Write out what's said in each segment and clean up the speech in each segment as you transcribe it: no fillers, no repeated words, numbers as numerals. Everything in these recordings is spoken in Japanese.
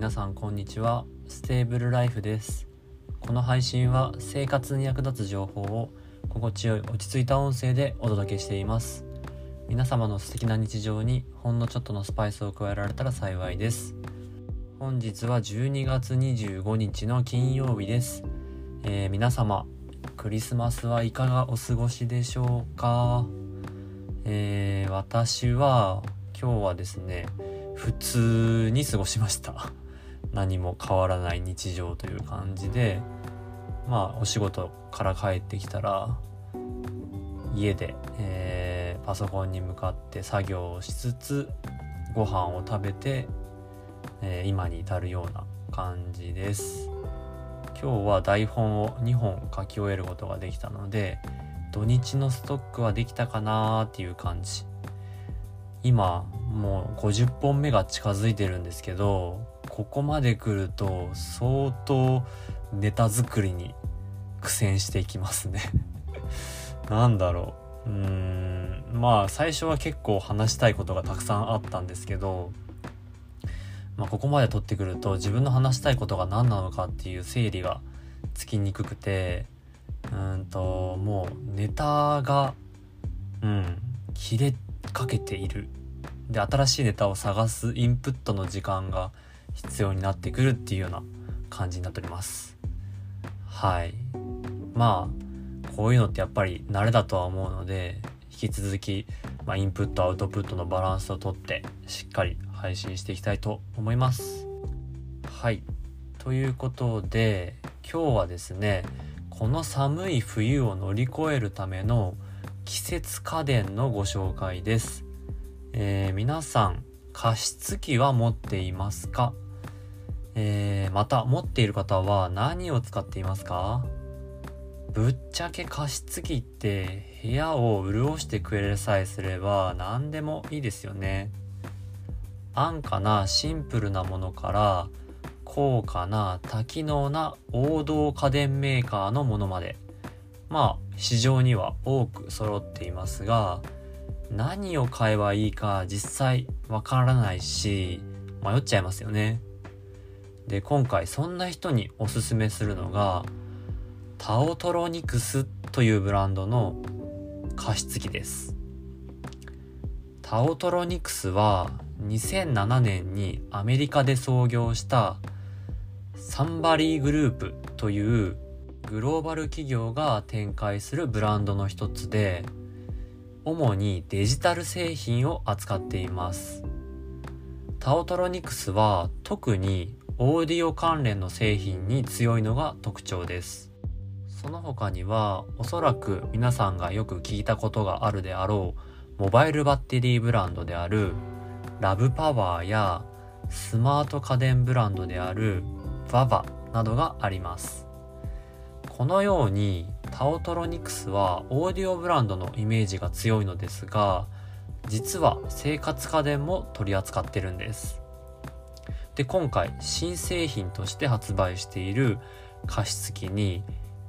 皆さんこんにちは。ステーブルライフです。この配信は生活に役立つ情報を心地よい落ち着いた音声でお届けしています。皆様の素敵な日常にほんのちょっとのスパイスを加えられたら幸いです。本日は12月25日の金曜日です。皆様クリスマスはいかがお過ごしでしょうか。私は今日はですね普通に過ごしました何も変わらない日常という感じで、お仕事から帰ってきたら家で、パソコンに向かって作業をしつつご飯を食べて、今に至るような感じです。今日は台本を2本書き終えることができたので土日のストックはできたかなーっていう感じ。今もう50本目が近づいてるんですけど、ここまで来ると相当ネタ作りに苦戦していきますねなんだろう、最初は結構話したいことがたくさんあったんですけど、ここまで撮ってくると自分の話したいことが何なのかっていう整理がつきにくくて、もうネタが切れかけている。で、新しいネタを探すインプットの時間が必要になってくるっていうような感じになっております。はい。こういうのってやっぱり慣れだとは思うので、引き続き、インプットアウトプットのバランスをとってしっかり配信していきたいと思います。はい。ということで、今日はですね、この寒い冬を乗り越えるための季節家電のご紹介です。皆さん加湿器は持っていますか？また持っている方は何を使っていますか？ぶっちゃけ加湿器って部屋を潤してくれさえすれば何でもいいですよね。安価なシンプルなものから高価な多機能な王道家電メーカーのものまで、市場には多く揃っていますが、何を買えばいいか実際わからないし迷っちゃいますよね。で、今回そんな人におすすめするのがタオトロニクスというブランドの加湿器です。タオトロニクスは2007年にアメリカで創業したサンバリーグループというグローバル企業が展開するブランドの一つで、主にデジタル製品を扱っています。タオトロニクスは特にオーディオ関連の製品に強いのが特徴です。その他にはおそらく皆さんがよく聞いたことがあるであろうモバイルバッテリーブランドであるラブパワーやスマート家電ブランドであるババなどがあります。このようにタオトロニクスはオーディオブランドのイメージが強いのですが、実は生活家電も取り扱ってるんです。で、今回新製品として発売している加湿器に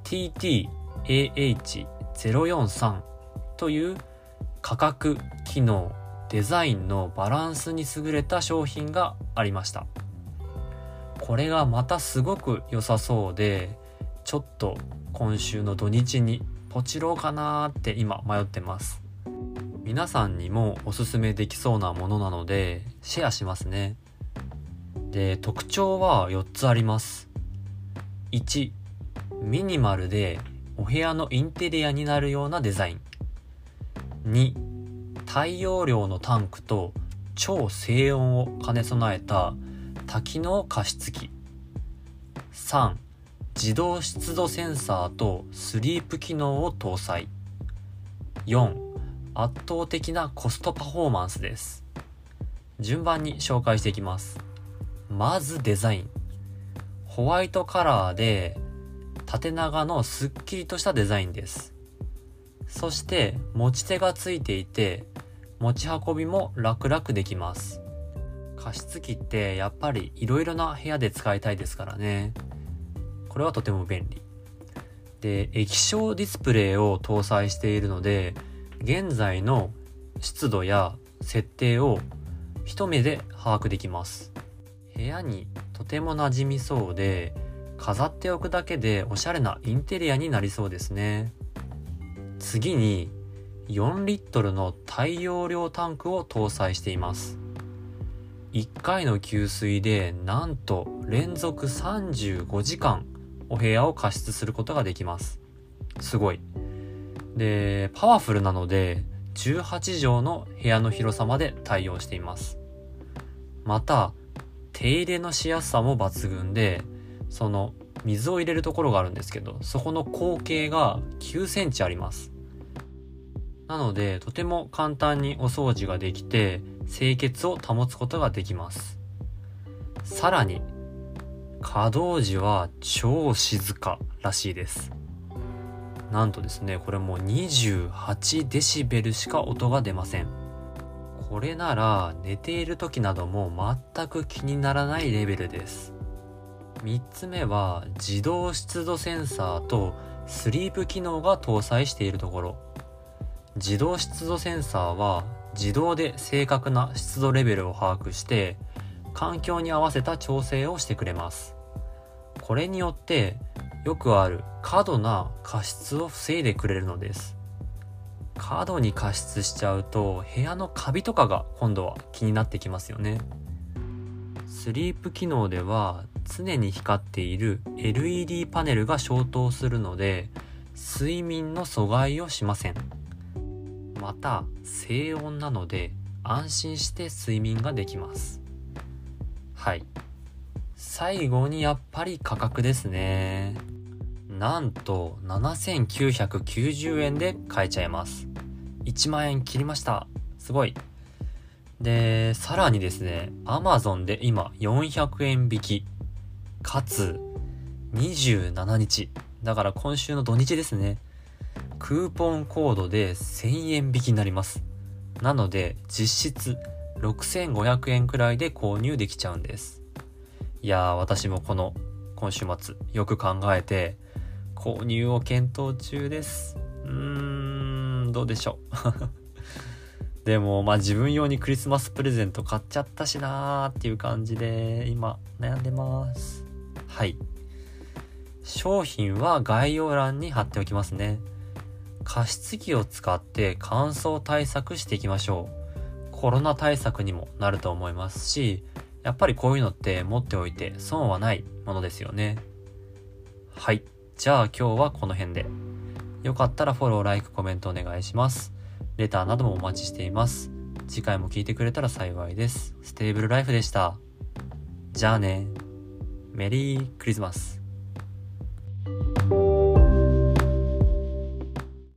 TT-AH043 という価格、機能、デザインのバランスに優れた商品がありました。これがまたすごく良さそうで、ちょっと今週の土日にポチろうかなーって今迷ってます。皆さんにもおすすめできそうなものなのでシェアしますね。で、特徴は4つあります。1、ミニマルでお部屋のインテリアになるようなデザイン。2、大容量のタンクと超静音を兼ね備えた多機能加湿器。3、自動湿度センサーとスリープ機能を搭載。4、圧倒的なコストパフォーマンスです。順番に紹介していきます。まずデザイン。ホワイトカラーで縦長のすっきりとしたデザインです。そして持ち手がついていて持ち運びも楽々できます。加湿器ってやっぱりいろいろな部屋で使いたいですからね。これはとても便利で、液晶ディスプレイを搭載しているので現在の湿度や設定を一目で把握できます。 部屋にとても馴染みそうで、飾っておくだけでおしゃれなインテリアになりそうですね。次に4リットルの大容量タンクを搭載しています。1回の給水でなんと連続35時間お部屋を加湿することができます。すごい。で、パワフルなので18畳の部屋の広さまで対応しています。また手入れのしやすさも抜群で、その水を入れるところがあるんですけど、そこの口径が9センチあります。なのでとても簡単にお掃除ができて清潔を保つことができます。さらに稼働時は超静からしいです。なんとですね、これもう28デシベルしか音が出ません。これなら寝ている時なども全く気にならないレベルです。3つ目は自動湿度センサーとスリープ機能が搭載しているところ。自動湿度センサーは自動で正確な湿度レベルを把握して環境に合わせた調整をしてくれます。これによってよくある過度な加湿を防いでくれるのです。過度に加湿しちゃうと部屋のカビとかが今度は気になってきますよね。スリープ機能では常に光っている LED パネルが消灯するので睡眠の阻害をしません。また静音なので安心して睡眠ができます。はい。最後にやっぱり価格ですね。なんと7990円で買えちゃいます。1万円切りました。すごい。で、さらにですね、Amazon で今400円引き。かつ、27日。だから今週の土日ですね。クーポンコードで1000円引きになります。なので、実質6500円くらいで購入できちゃうんです。いやー、私もこの今週末よく考えて購入を検討中です。どうでしょうでも自分用にクリスマスプレゼント買っちゃったしなーっていう感じで今悩んでます。はい。商品は概要欄に貼っておきますね。加湿器を使って乾燥対策していきましょう。コロナ対策にもなると思いますし、やっぱりこういうのって持っておいて損はないものですよね。はい。じゃあ今日はこの辺で。よかったらフォロー、ライク、コメントお願いします。レターなどもお待ちしています。次回も聞いてくれたら幸いです。ステーブルライフでした。じゃあね。メリークリスマス。